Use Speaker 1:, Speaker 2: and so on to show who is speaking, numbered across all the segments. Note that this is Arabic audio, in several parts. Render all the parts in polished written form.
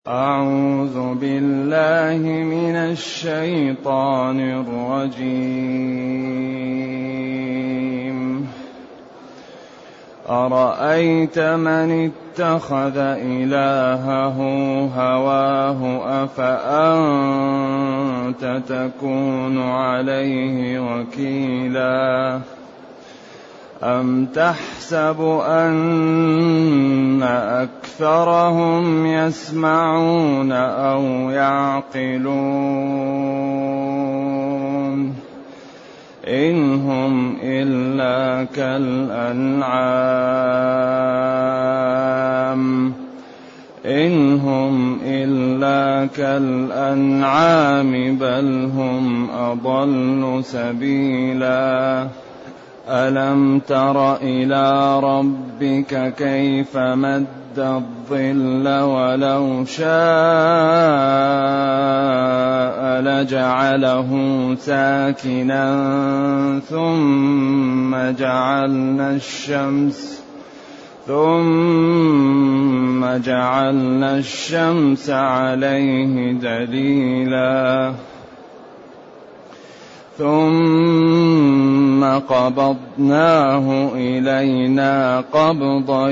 Speaker 1: أعوذ بالله من الشيطان الرجيم. أرأيت من اتخذ إلهه هواه أفأنت تكون عليه وكيلا أم تحسب أن أكثرهم يسمعون أو يعقلون إن هم إلا كالأنعام بل هم أضل سبيلا ألم تر إلى ربك كيف مد الظل ولو شاء لجعله ساكنا ثم جعلنا الشمس عليه دليلا ثم قبضناه إلينا قبضا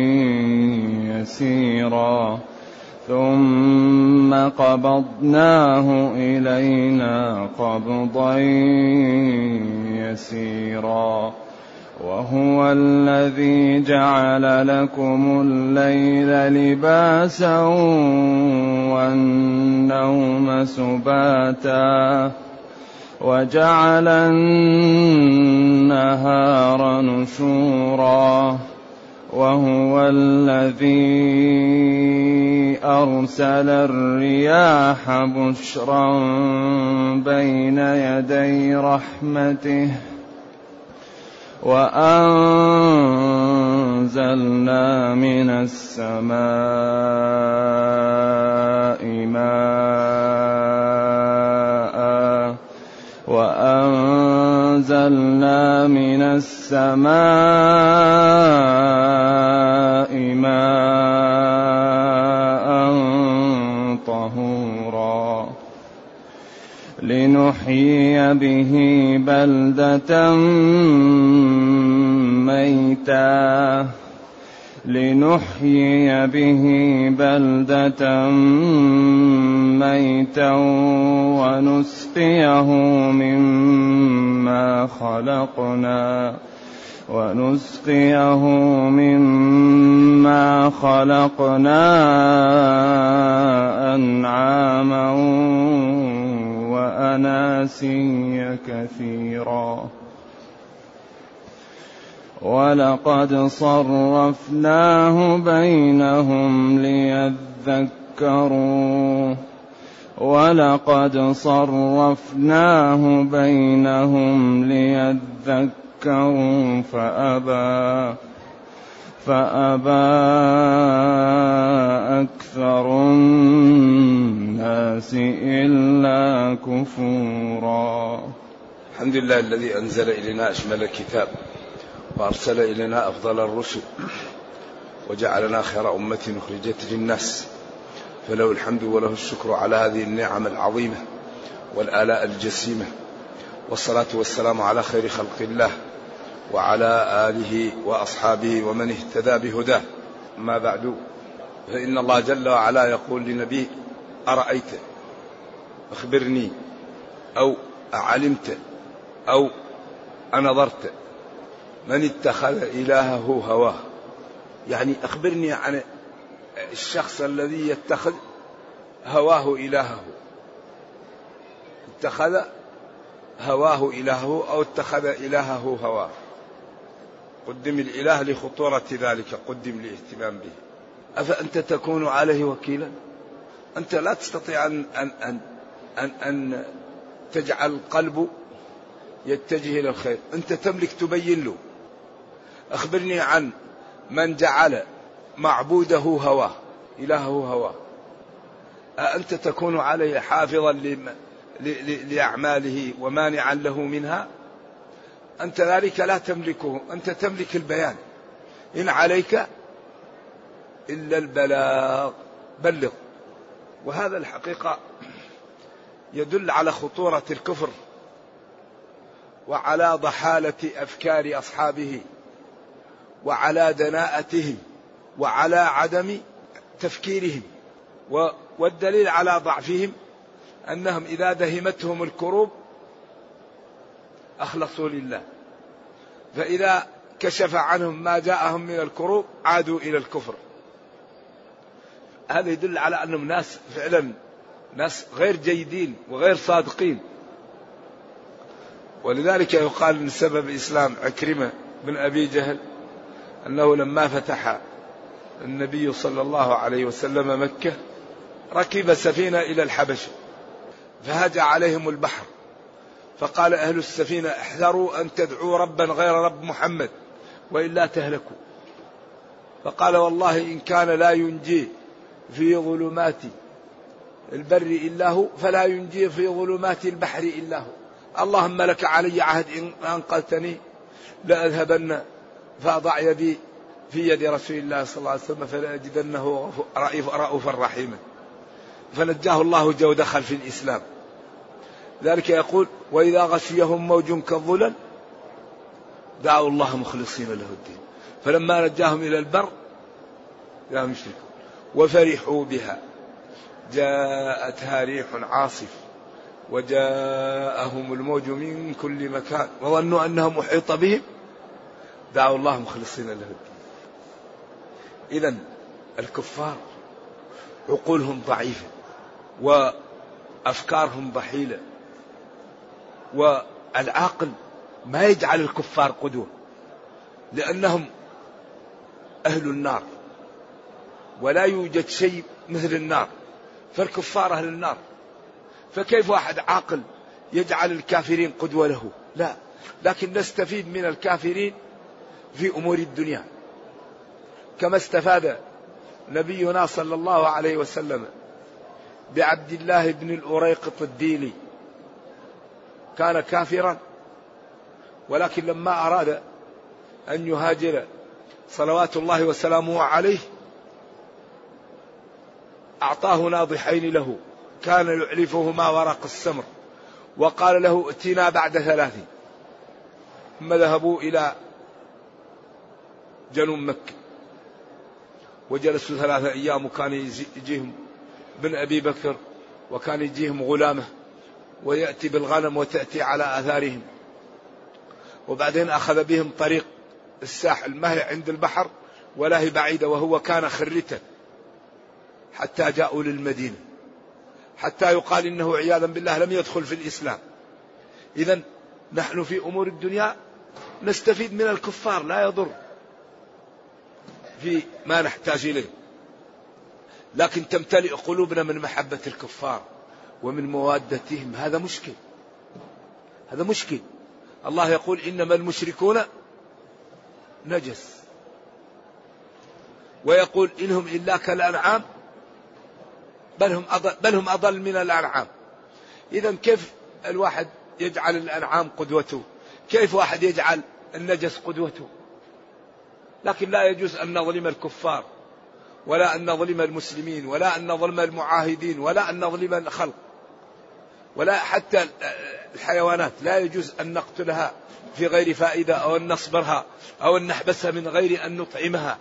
Speaker 1: يسيرا وهو الذي جعل لكم الليل لباسا والنوم سباتا وجعل النهار نشورا وهو الذي أرسل الرياح بشرا بين يدي رحمته وأنزلنا من السماء ماء طهورا لنحيي به بلدة ميتا ونسقيه مما خلقنا أنعاما وأناسيا كثيرا ولقد صرفناه بينهم ليذكروا فأبى أكثر الناس إلا كفورا.
Speaker 2: الحمد لله الذي أنزل إلينا أشمل الكتاب وأرسل إلينا أفضل الرسل وجعلنا خير أمة أخرجت للناس، فله الحمد وله الشكر على هذه النعم العظيمة والآلاء الجسيمة، والصلاة والسلام على خير خلق الله وعلى آله وأصحابه ومن اهتدى بهداه. ما بعد، فإن الله جل وعلا يقول لنبيه: أرأيت، أخبرني، أو أعلمت، أو أنظرت من اتخذ إلهه هواه. يعني أخبرني عن الشخص الذي يتخذ هواه إلهه، اتخذ هواه إلهه أو اتخذ إلهه هواه. قدم الإله لخطورة ذلك، قدم لاهتمام به. أفأنت تكون عليه وكيلا؟ أنت لا تستطيع أن تجعل القلب يتجه إلى الخير، أنت تملك تبين له. أخبرني عن من جعل معبوده هواه، إلهه هواه. أنت تكون عليه حافظا لأعماله ومانعا له منها؟ أنت ذلك لا تملكه، أنت تملك البيان. إن عليك إلا البلاغ، بلغ وهذا الحقيقة يدل على خطورة الكفر وعلى ضحالة أفكار أصحابه وعلى دناءتهم وعلى عدم تفكيرهم. والدليل على ضعفهم أنهم إذا دهمتهم الكروب أخلصوا لله، فإذا كشف عنهم ما جاءهم من الكروب عادوا إلى الكفر. هذا يدل على أنهم ناس فعلا ناس غير جيدين وغير صادقين. ولذلك يقال من سبب إسلام عكرمة بن أبي جهل أنه لما فتح النبي صلى الله عليه وسلم مكة ركب سفينة إلى الحبشة فهاج عليهم البحر، فقال أهل السفينة احذروا أن تدعوا ربا غير رب محمد وإلا تهلكوا. فقال والله إن كان لا ينجي في ظلمات البر إلا هو فلا ينجي في ظلمات البحر إلا هو. اللهم لك علي عهد إن أنقذتني لأذهبن فأضع يدي في يد رسول الله صلى الله عليه وسلم فلأجدنه رؤوفا رحيما. فنجاه الله جو دخل في الإسلام. ذلك يقول وإذا غشيهم موج كالظلل دعوا الله مخلصين له الدين فلما نجاهم إلى البر لا يشركون وفرحوا بها جاءتها ريح عاصف وجاءهم الموج من كل مكان وظنوا أنهم محيط بهم دعوا الله مخلصين له الدين. إذن الكفار عقولهم ضعيفة وأفكارهم ضحيلة، والعاقل ما يجعل الكفار قدوة لأنهم أهل النار ولا يوجد شيء مثل النار، فالكفار أهل النار. فكيف واحد عاقل يجعل الكافرين قدوة له؟ لا، لكن نستفيد من الكافرين في أمور الدنيا كما استفاد نبينا صلى الله عليه وسلم بعبد الله بن الأريقط الديلي. كان كافرا ولكن لما أراد أن يهاجر صلوات الله وسلامه عليه أعطاه ناضحين له كان يعرفهما ورق السمر وقال له ائتنا بعد 3. ثم ذهبوا إلى جنوب مكة وجلسوا 3 أيام وكان يجيهم بن أبي بكر وكان يجيهم غلامه ويأتي بالغنم وتأتي على آثارهم. وبعدين أخذ بهم طريق الساحل ما هي عند البحر ولا هي بعيدة وهو كان خرتا حتى جاءوا للمدينة حتى يقال إنه عياذا بالله لم يدخل في الإسلام. إذن نحن في أمور الدنيا نستفيد من الكفار لا يضر في ما نحتاج إليه، لكن تمتلئ قلوبنا من محبة الكفار ومن موادتهم. هذا مشكل، هذا مشكل. الله يقول إنما المشركون نجس، ويقول إنهم إلا كالأنعام بل هم أضل من الأنعام. إذن كيف الواحد يجعل الأنعام قدوته؟ كيف واحد يجعل النجس قدوته؟ لكن لا يجوز أن نظلم الكفار ولا أن نظلم المسلمين ولا أن نظلم المعاهدين ولا أن نظلم الخلق ولا حتى الحيوانات لا يجوز أن نقتلها في غير فائدة أو أن نصبرها أو أن نحبسها من غير أن نطعمها.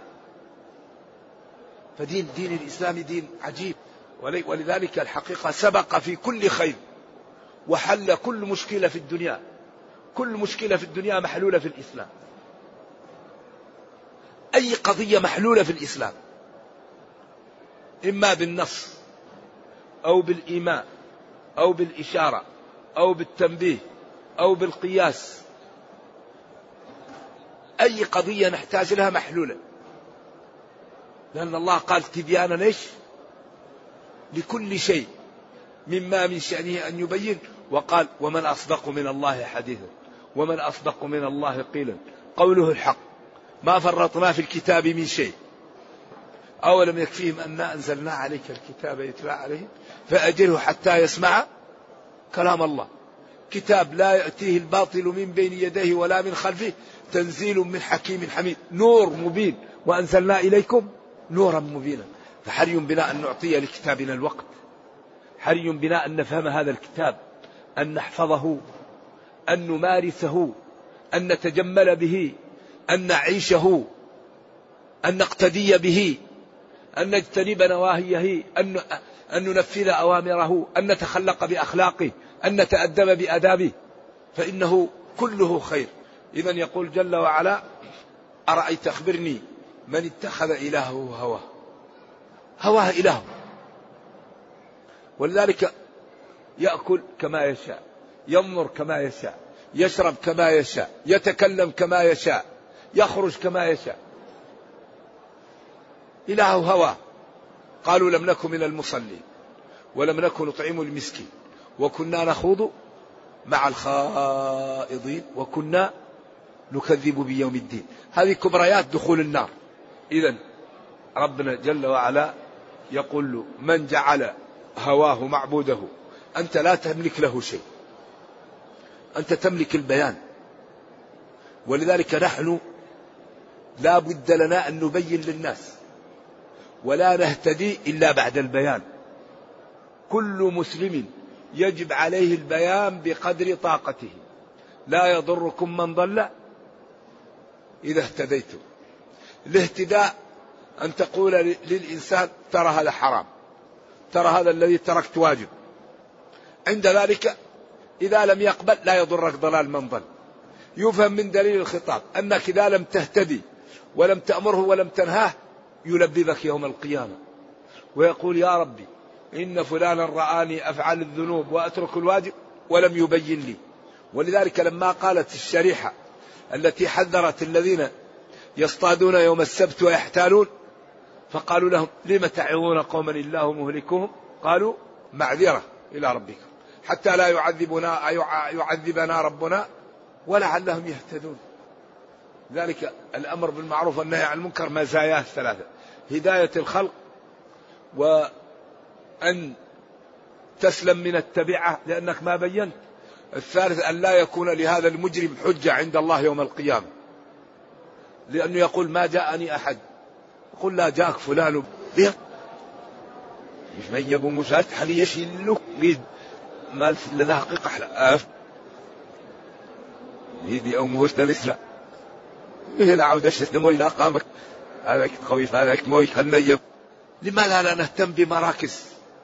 Speaker 2: فدين الإسلام دين عجيب، ولذلك الحقيقة سبق في كل خير وحل كل مشكلة في الدنيا. كل مشكلة في الدنيا محلولة في الإسلام. أي قضية محلولة في الإسلام إما بالنص أو بالإيماء أو بالإشارة أو بالتنبيه أو بالقياس. أي قضية نحتاج لها محلولة، لأن الله قال تبيانا إيش لكل شيء مما من شأنه أن يبين. وقال ومن أصدق من الله حديثا ومن أصدق من الله قيلا قوله الحق ما فرطنا في الكتاب من شيء أولم يكفيهم أننا أنزلنا عليك الكتاب يتلى عليهم فأجره حتى يسمع كلام الله. كتاب لا يأتيه الباطل من بين يديه ولا من خلفه تنزيل من حكيم حميد نور مبين وأنزلنا إليكم نورا مبينا. فحري بنا أن نعطي لكتابنا الوقت حري بنا أن نفهم هذا الكتاب، أن نحفظه، أن نمارسه، أن نتجمل به، أن نعيشه، أن نقتدي به، أن نجتنب نواهيه، أن ننفذ أوامره، أن نتخلق بأخلاقه، أن نتأدب بأدابه، فإنه كله خير. إذن يقول جل وعلا: أرأيت أخبرني من اتخذ إلهه هواه. هواه إله، ولذلك يأكل كما يشاء، ينظر كما يشاء، يشرب كما يشاء، يتكلم كما يشاء، يخرج كما يشاء. إله هواه. قالوا: لم نكن من المصلين ولم نكن نطعم المسكين وكنا نخوض مع الخائضين وكنا نكذب بيوم الدين. هذه كبريات دخول النار. إذن ربنا جل وعلا يقول له: من جعل هواه معبوده، أنت لا تملك له شيء، أنت تملك البيان. ولذلك نحن لا بد لنا أن نبين للناس، ولا نهتدي إلا بعد البيان. كل مسلم يجب عليه البيان بقدر طاقته. لا يضركم من ضل إذا اهتديتم. الاهتداء أن تقول للإنسان: ترى هذا حرام، ترى هذا الذي تركت واجب. عند ذلك إذا لم يقبل لا يضرك ضلال من ضل. يفهم من دليل الخطاب أنك إذا لم تهتدي ولم تأمره ولم تنهاه يلببك يوم القيامة ويقول: يا ربي إن فلانا رآني أفعل الذنوب وأترك الواجب ولم يبين لي. ولذلك لما قالت الشريحة التي حذرت الذين يصطادون يوم السبت ويحتالون، فقالوا لهم: لم تعظون قوما الله مهلكهم؟ قالوا: معذرة إلى ربكم حتى لا يعذبنا ربنا ولعلهم يهتدون. ذلك الأمر بالمعروف والنهي عن المنكر مزاياه ثلاثة: هداية الخلق، وأن تسلم من التبعة لأنك ما بينت. الثالث أن لا يكون لهذا المجرم حجة عند الله يوم القيامة، لأنه يقول: ما جاءني أحد. يقول: لا جاءك فلان بيه مش من يبو مسات حالي يشيل قيد ما لنا حقيقة أحلى يدي أو موسى الإسراء هنا عودة شتموي لا قامك هذاك خويف هذاك موي خلنا. لماذا لا نهتم بمراكز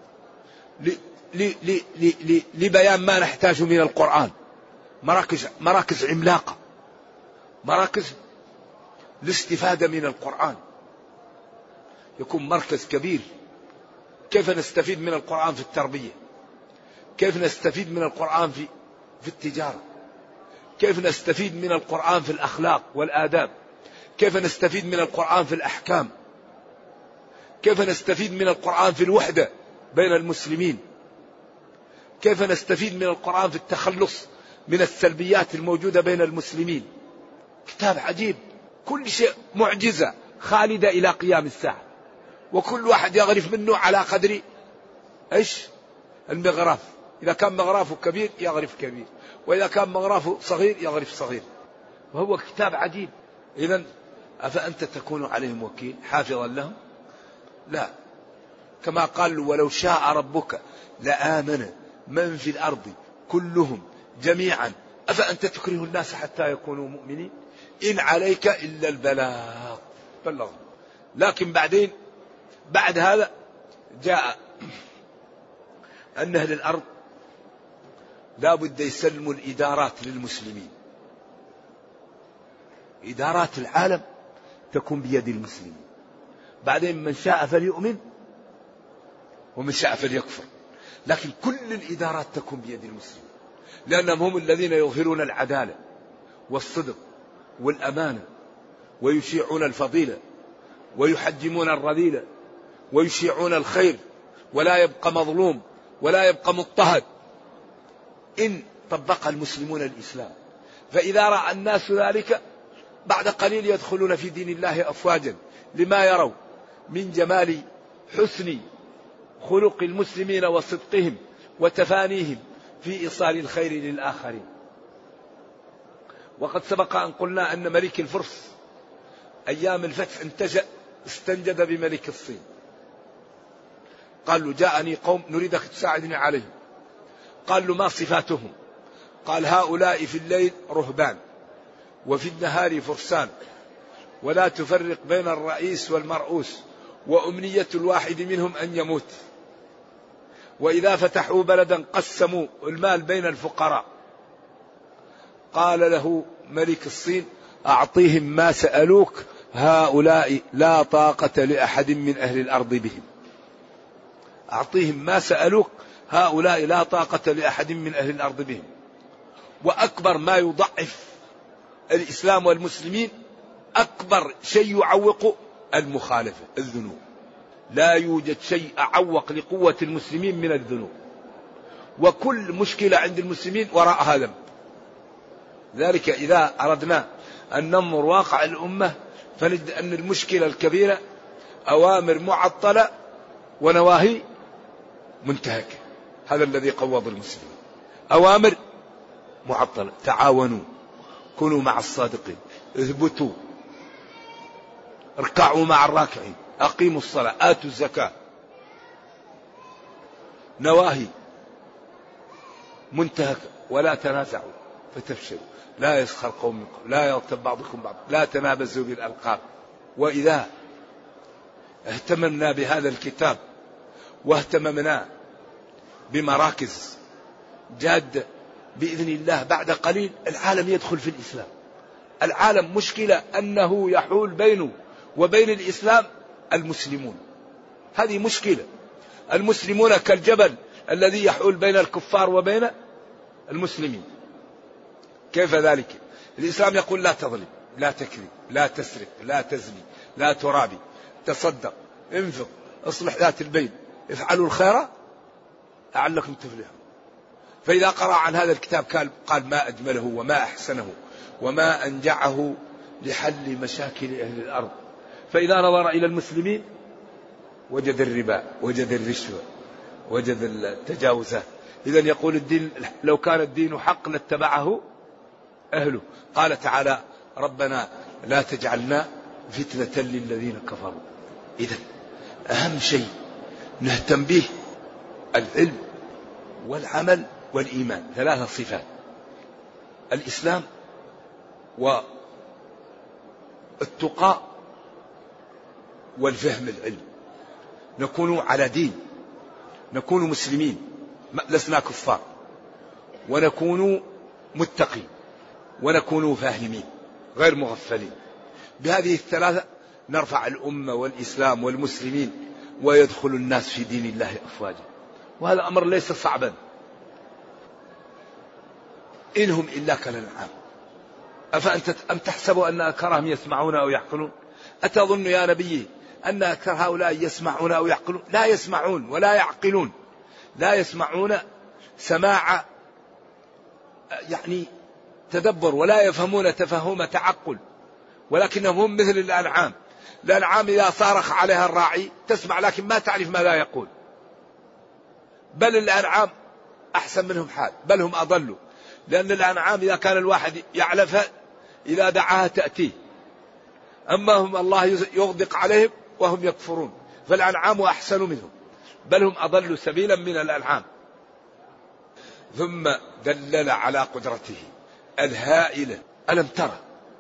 Speaker 2: لبيان ما نحتاج من القرآن؟ مراكز عملاقة، مراكز الاستفادة من القرآن. يكون مركز كبير. كيف نستفيد من القرآن في التربية؟ كيف نستفيد من القرآن في التجارة؟ كيف نستفيد من القرآن في الأخلاق والآداب؟ كيف نستفيد من القرآن في الأحكام؟ كيف نستفيد من القرآن في الوحدة بين المسلمين؟ كيف نستفيد من القرآن في التخلص من السلبيات الموجودة بين المسلمين؟ كتاب عجيب، كل شيء معجزة خالدة إلى قيام الساعة، وكل واحد يغرف منه على قدر المغراف. إذا كان مغرافه كبير يغرف كبير، وإذا كان مغرافه صغير يغرف صغير، وهو كتاب عجيب. إذن أفأنت تكون عليهم وكيل حافظا لهم؟ لا. كما قال: ولو شاء ربك لآمن من في الأرض كلهم جميعا أفأنت تكره الناس حتى يكونوا مؤمنين إن عليك إلا البلاغ. بلغ. لكن بعد هذا جاء أن أهل الأرض لا بد يسلموا الإدارات للمسلمين. إدارات العالم تكون بيد المسلمين. بعدين من شاء فليؤمن ومن شاء فليكفر، لكن كل الإدارات تكون بيد المسلمين، لأنهم هم الذين يظهرون العدالة والصدق والأمانة، ويشيعون الفضيلة ويحجمون الرذيلة ويشيعون الخير، ولا يبقى مظلوم ولا يبقى مضطهد إن طبق المسلمون الإسلام. فإذا رأى الناس ذلك بعد قليل يدخلون في دين الله أفواجا لما يروا من جمال حسن خلق المسلمين وصدقهم وتفانيهم في إيصال الخير للآخرين. وقد سبق أن قلنا أن ملك الفرس أيام الفتح استنجد بملك الصين. قال له جاءني قوم نريدك تساعدني عليهم. قال له ما صفاتهم؟ قال هؤلاء في الليل رهبان وفي النهار فرسان، ولا تفرق بين الرئيس والمرؤوس، وأمنية الواحد منهم أن يموت، وإذا فتحوا بلدا قسموا المال بين الفقراء. قال له ملك الصين أعطيهم ما سألوك، هؤلاء لا طاقة لأحد من أهل الأرض بهم. أعطيهم ما سألوك، هؤلاء لا طاقة لأحد من أهل الأرض بهم. وأكبر ما يضعف الإسلام والمسلمين، أكبر شيء يعوق المخالفة، الذنوب. لا يوجد شيء أعوق لقوة المسلمين من الذنوب، وكل مشكلة عند المسلمين وراءها ذنب. ذلك إذا أردنا أن ننظر واقع الأمة فنجد أن المشكلة الكبيرة أوامر معطلة ونواهي منتهكة. هذا الذي قوض المسلمين. أوامر معطلة، تعاونوا، كونوا مع الصادقين، اثبتوا، اركعوا مع الراكعين، أقيموا الصلاة، آتوا الزكاة. نواهي منتهكة، ولا تنازعوا فتفشلوا، لا يسخر قوم من قوم، لا يغتب بعضكم بعض، لا تنابزوا بالألقاب. وإذا اهتممنا بهذا الكتاب واهتممنا بمراكز جادة بإذن الله بعد قليل العالم يدخل في الإسلام. العالم مشكلة أنه يحول بينه وبين الإسلام المسلمون، هذه مشكلة. المسلمون كالجبل الذي يحول بين الكفار وبين المسلمين. كيف ذلك؟ الإسلام يقول لا تظلم، لا تكذب، لا تسرق، لا تزني، لا ترابي، تصدق، انفق، اصلح ذات البين، افعلوا الخير لعلكم تفلحون. فإذا قرأ عن هذا الكتاب قال ما أجمله وما أحسنه وما أنجعه لحل مشاكل أهل الأرض. فإذا نظر إلى المسلمين وجد الربا، وجد الرشوة، وجد التجاوزات. إذن يقول الدين لو كان الدين حق لاتبعه أهله. قال تعالى ربنا لا تجعلنا فتنة للذين كفروا. إذن أهم شيء نهتم به العلم والعمل والإيمان، ثلاثة صفات: الإسلام والتقى والفهم العلم. نكون على دين، نكون مسلمين لسنا كفار، ونكون متقين، ونكون فاهمين غير مغفلين. بهذه الثلاثة نرفع الأمة والإسلام والمسلمين، ويدخل الناس في دين الله أفواجا. وهذا أمر ليس صعبا. إنهم إلا كالأنعام أفأنت أم تحسب أن أكثرهم يسمعون أو يعقلون؟ أتظن يا نبي أن أكثر هؤلاء يسمعون أو يعقلون؟ لا يسمعون ولا يعقلون. لا يسمعون سماع يعني تدبر، ولا يفهمون تفهم تعقل، ولكنهم هم مثل الأنعام. الأنعام إذا صارخ عليها الراعي تسمع لكن ما تعرف ماذا يقول. بل الأنعام أحسن منهم حال، بل هم أضلوا. لأن الأنعام إذا كان الواحد يعلفها إذا دعاها تأتيه، أما هم الله يغدق عليهم وهم يكفرون. فالأنعام أحسن منهم، بل هم أضلوا سبيلا من الأنعام. ثم دلل على قدرته الهائلة. ألم ترى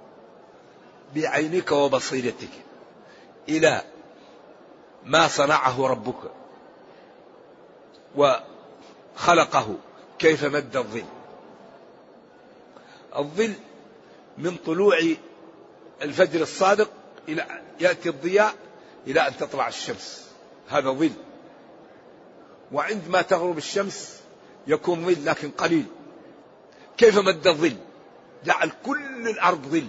Speaker 2: بعينك وبصيرتك إلى ما صنعه ربك وخلقه، كيف مد الظل. الظل من طلوع الفجر الصادق إلى يأتي الضياء إلى أن تطلع الشمس، هذا ظل. وعندما تغرب الشمس يكون ظل لكن قليل. كيف مد الظل؟ جعل كل الأرض ظل.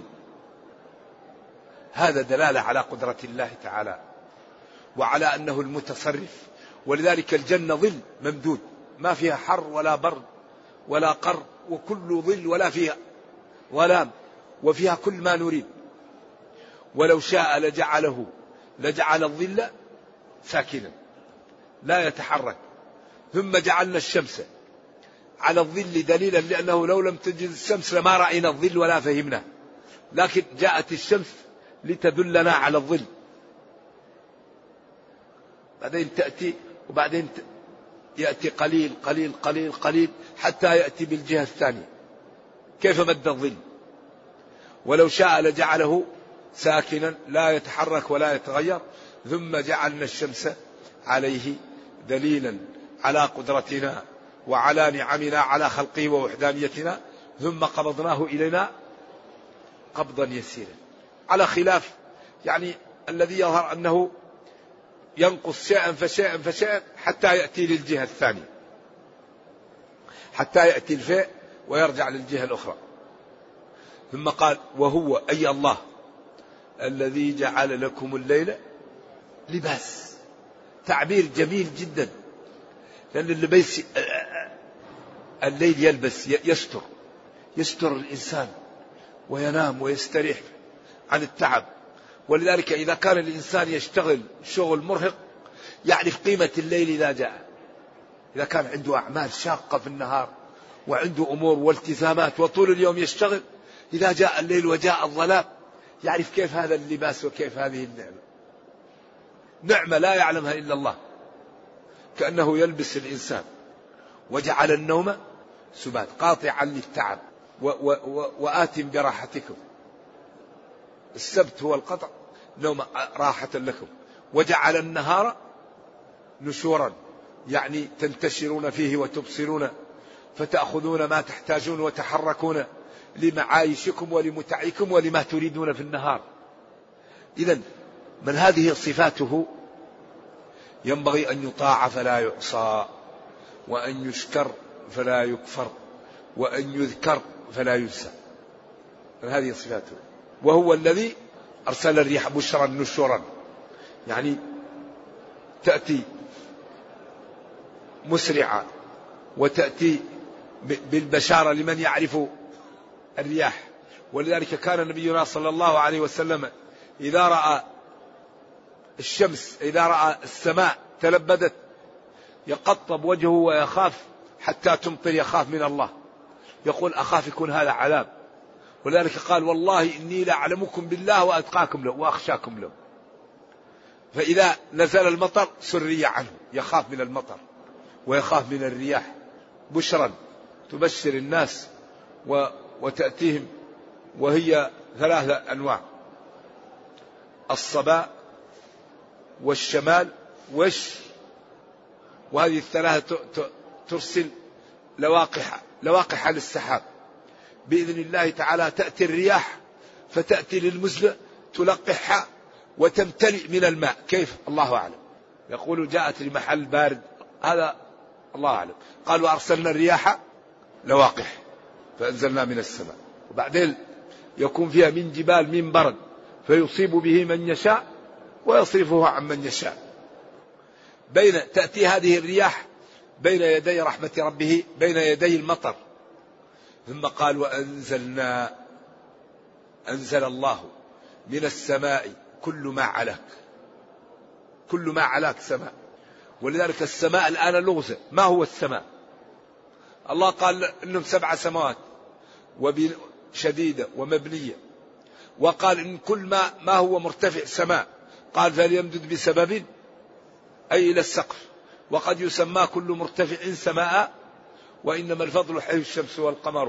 Speaker 2: هذا دلالة على قدرة الله تعالى وعلى أنه المتصرف. ولذلك الجنة ظل ممدود، ما فيها حر ولا برد ولا قر، وكل ظل، ولا فيها ظلام، وفيها كل ما نريد. ولو شاء لجعل الظل ساكنا لا يتحرك. ثم جعلنا الشمس على الظل دليلا، لأنه لو لم تجد الشمس لما رأينا الظل ولا فهمنا، لكن جاءت الشمس لتدلنا على الظل. بعدين تأتي وبعدين يأتي قليل قليل قليل قليل حتى يأتي بالجهة الثانية. كيف مد الظل؟ ولو شاء لجعله ساكنا لا يتحرك ولا يتغير، ثم جعلنا الشمس عليه دليلا على قدرتنا وعلى نعمنا على خلقه ووحدانيتنا، ثم قبضناه إلينا قبضا يسيرا. على خلاف يعني الذي يظهر أنه ينقص شيئا فشيئا فشيئا حتى يأتي للجهة الثانية، حتى يأتي الفاء ويرجع للجهة الأخرى. ثم قال وهو أي الله الذي جعل لكم الليل لباس. تعبير جميل جدا، لأن اللباس الليل يلبس يستر الإنسان وينام ويستريح عن التعب. ولذلك إذا كان الإنسان يشتغل شغل مرهق يعرف قيمة الليل إذا جاء. إذا كان عنده أعمال شاقة في النهار وعنده أمور والتزامات وطول اليوم يشتغل، إذا جاء الليل وجاء الظلام يعرف كيف هذا اللباس وكيف هذه النعمة. نعمة لا يعلمها إلا الله، كأنه يلبس الإنسان. وجعل النوم سبات قاطعا للتعب وآت براحتكم. السبت هو القطع، نوم راحة لكم. وجعل النهار نشورا، يعني تنتشرون فيه وتبصرون فتأخذون ما تحتاجون وتحركون لمعايشكم ولمتعكم ولما تريدون في النهار. إذن من هذه صفاته ينبغي أن يطاع فلا يعصى، وأن يشكر فلا يكفر، وأن يذكر فلا ينسى. من هذه صفاته. وهو الذي أرسل الريح بشرا نشورا، يعني تأتي مسرعة وتأتي بالبشارة لمن يعرف الرياح. ولذلك كان نبينا صلى الله عليه وسلم إذا رأى الشمس، إذا رأى السماء تلبدت يقطب وجهه ويخاف حتى تمطر، يخاف من الله، يقول أخاف يكون هذا عذاب. ولذلك قال والله إني لأعلمكم بالله وأتقاكم له وأخشاكم له. فإذا نزل المطر سري عنه، يخاف من المطر ويخاف من الرياح. بشرا تبشر الناس وتأتيهم، وهي ثلاثة أنواع: الصباء والشمال وهذه الثلاثة ترسل لواقح للسحاب بإذن الله تعالى. تأتي الرياح فتأتي للمزلة تلقحها وتمتلئ من الماء. كيف؟ الله أعلم. يقول جاءت لمحل بارد، هذا الله أعلم. قال وأرسلنا الرياح لواقح فأنزلنا من السماء. وبعدين يكون فيها من جبال من برد فيصيب به من يشاء ويصرفه عن من يشاء. تأتي هذه الرياح بين يدي رحمة ربه، بين يدي المطر. ثم قال أنزل الله من السماء كل ما علاك سماء. ولذلك السماء الآن لغزة. ما هو السماء؟ الله قال إنهم 7 سماوات شديدة ومبنية، وقال إن كل ما هو مرتفع سماء قال فليمدد بسبب أي إلى السقف. وقد يسمى كل مرتفع سماء، وإنما الفضل حي الشمس والقمر.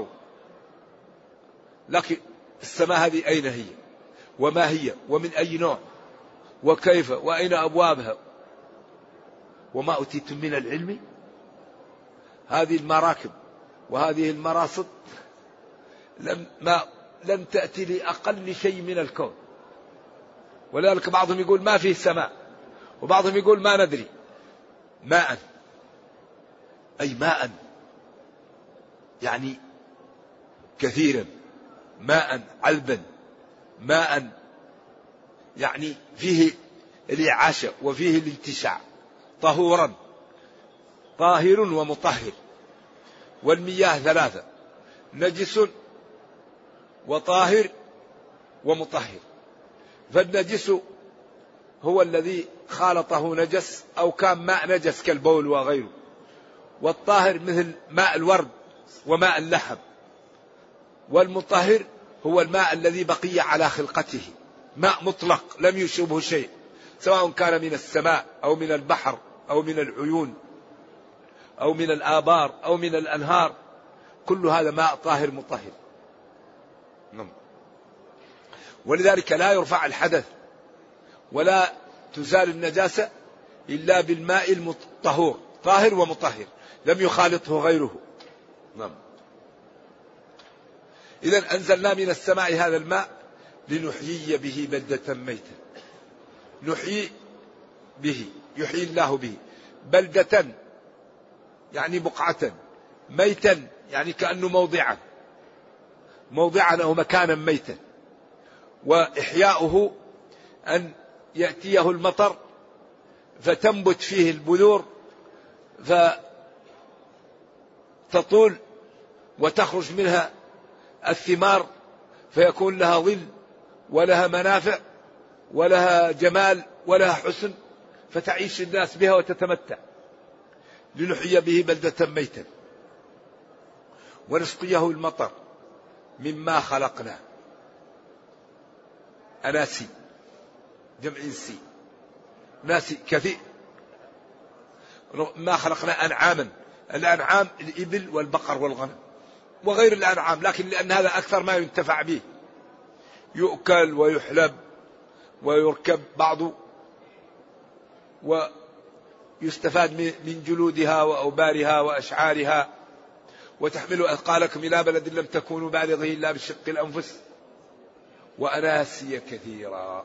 Speaker 2: لكن السماء هذه أين هي وما هي ومن أي نوع وكيف وأين أبوابها وما أوتيتم من العلم. هذه المراكب وهذه المراصد لم تأتي لأقل شيء من الكون. ولذلك بعضهم يقول ما فيه سماء، وبعضهم يقول ما ندري. ماء، أي ماء يعني كثيرا، ماء علبا، ماء يعني فيه الإعاشة وفيه الانتشاع، طهورا، طاهر ومطهر. والمياه 3: نجس وطاهر ومطهر. فالنجس هو الذي خالطه نجس أو كان ماء نجس كالبول وغيره. والطاهر مثل ماء الورد وماء اللحم. والمطهر هو الماء الذي بقي على خلقته، ماء مطلق لم يشبه شيء، سواء كان من السماء أو من البحر أو من العيون أو من الآبار أو من الأنهار، كل هذا ماء طاهر مطهر. ولذلك لا يرفع الحدث ولا تزال النجاسة إلا بالماء الطهور، طاهر ومطهر لم يخالطه غيره. إذن أنزلنا من السماء هذا الماء لنحيي به بلدة ميتة. نحيي به، يحيي الله به بلدة يعني بقعة، ميتا يعني كأنه موضعا أو مكانا ميتا. وإحياؤه أن يأتيه المطر فتنبت فيه البذور فتطول وتخرج منها الثمار فيكون لها ظل ولها منافع ولها جمال ولها حسن، فتعيش الناس بها وتتمتع. لنحيي به بلدة ميتا ونسقيه المطر مما خلقنا. أناسي جمع إنسي، ناسي كثير. ما خلقنا أنعاما، الأنعام الإبل والبقر والغنم وغير الأنعام، لكن لأن هذا أكثر ما ينتفع به، يؤكل ويحلب ويركب بعضه ويستفاد من جلودها وأوبارها وأشعارها. وتحملوا أثقالكم إلى بلد لم تكونوا بالغيه إلا بشق الأنفس. وأناسي كثيرا.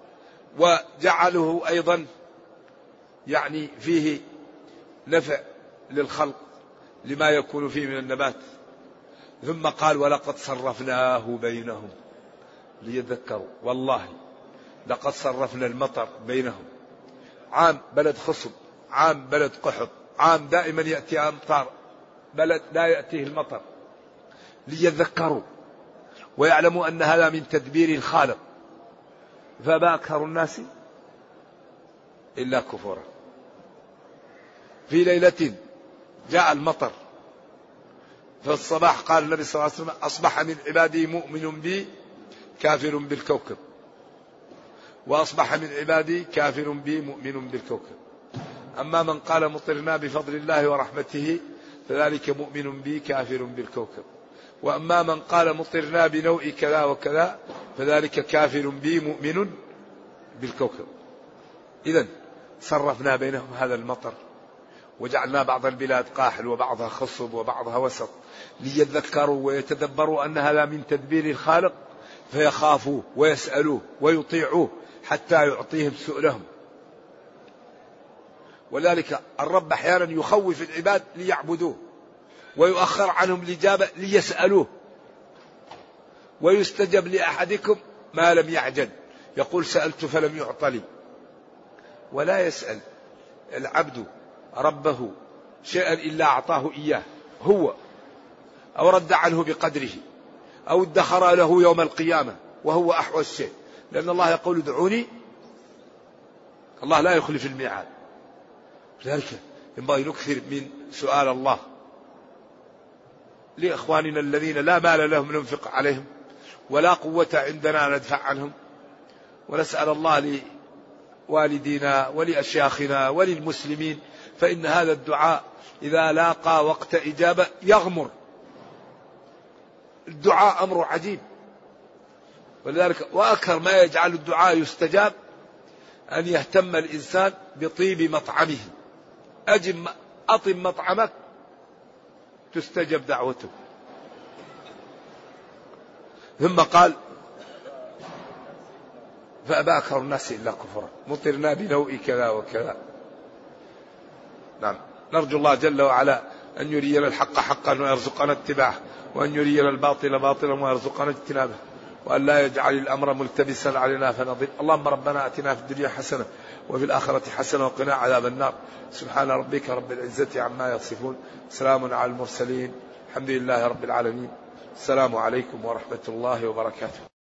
Speaker 2: وجعله أيضا يعني فيه نفع للخلق لما يكون فيه من النبات. ثم قال ولقد صرفناه بينهم ليذكروا. والله لقد صرفنا المطر بينهم، عام بلد خصب، عام بلد قحط، عام دائما يأتي أمطار، بلد لا يأتيه المطر، ليذكروا ويعلموا أن هذا من تدبير الخالق. فما أكثر الناس إلا كفورا. في ليلة جاء المطر، في الصباح قال النبي صلى الله عليه وسلم أصبح من عبادي مؤمن بي كافر بالكوكب، وأصبح من عبادي كافر بي مؤمن بالكوكب. أما من قال مطرنا بفضل الله ورحمته فذلك مؤمن بي كافر بالكوكب. وأما من قال مطرنا بنوء كذا وكذا فذلك كافر بي مؤمن بالكوكب. إذن صرفنا بينهم هذا المطر وجعلنا بعض البلاد قاحل وبعضها خصب وبعضها وسط، ليذكروا ويتدبروا أن هذا من تدبير الخالق، فيخافوه ويسألوه ويطيعوه حتى يعطيهم سؤلهم. ولذلك الرب أحيانا يخوف العباد ليعبدوه، ويؤخر عنهم الإجابة ليسألوه. ويستجب لأحدكم ما لم يعجل، يقول سألت فلم يعط لي. ولا يسأل العبد ربه شيئا إلا أعطاه إياه هو، أو رد عنه بقدره، أو ادخر له يوم القيامة، وهو أحوج شيء. لأن الله يقول ادعوني، الله لا يخلف الميعاد. لذلك ينبغي نكثر من سؤال الله لإخواننا الذين لا مال لهم ننفق عليهم ولا قوة عندنا ندفع عنهم. ونسأل الله لوالدينا ولأشياخنا وللمسلمين، فإن هذا الدعاء إذا لاقى وقت إجابة يغمر. الدعاء أمر عجيب. ولذلك وأكثر ما يجعل الدعاء يستجاب أن يهتم الإنسان بطيب مطعمه. أطب مطعمك تستجب دعوته. ثم قال فأبى أكثر الناس إلا كفرا مطرنا بنوء كذا وكذا. نعم، نرجو الله جل وعلا أن يرينا الحق حقا ويرزقنا اتباعه، وأن يرينا الباطل باطلا ويرزقنا اجتنابه، وأن لا يجعل الأمر ملتبسا علينا فنضل. اللهم ربنا أتنا في الدنيا حسنة وفي الآخرة حسنة وقنا عذاب النار. سبحان ربك رب العزة عما يصفون، سلام على المرسلين، الحمد لله رب العالمين. السلام عليكم ورحمة الله وبركاته.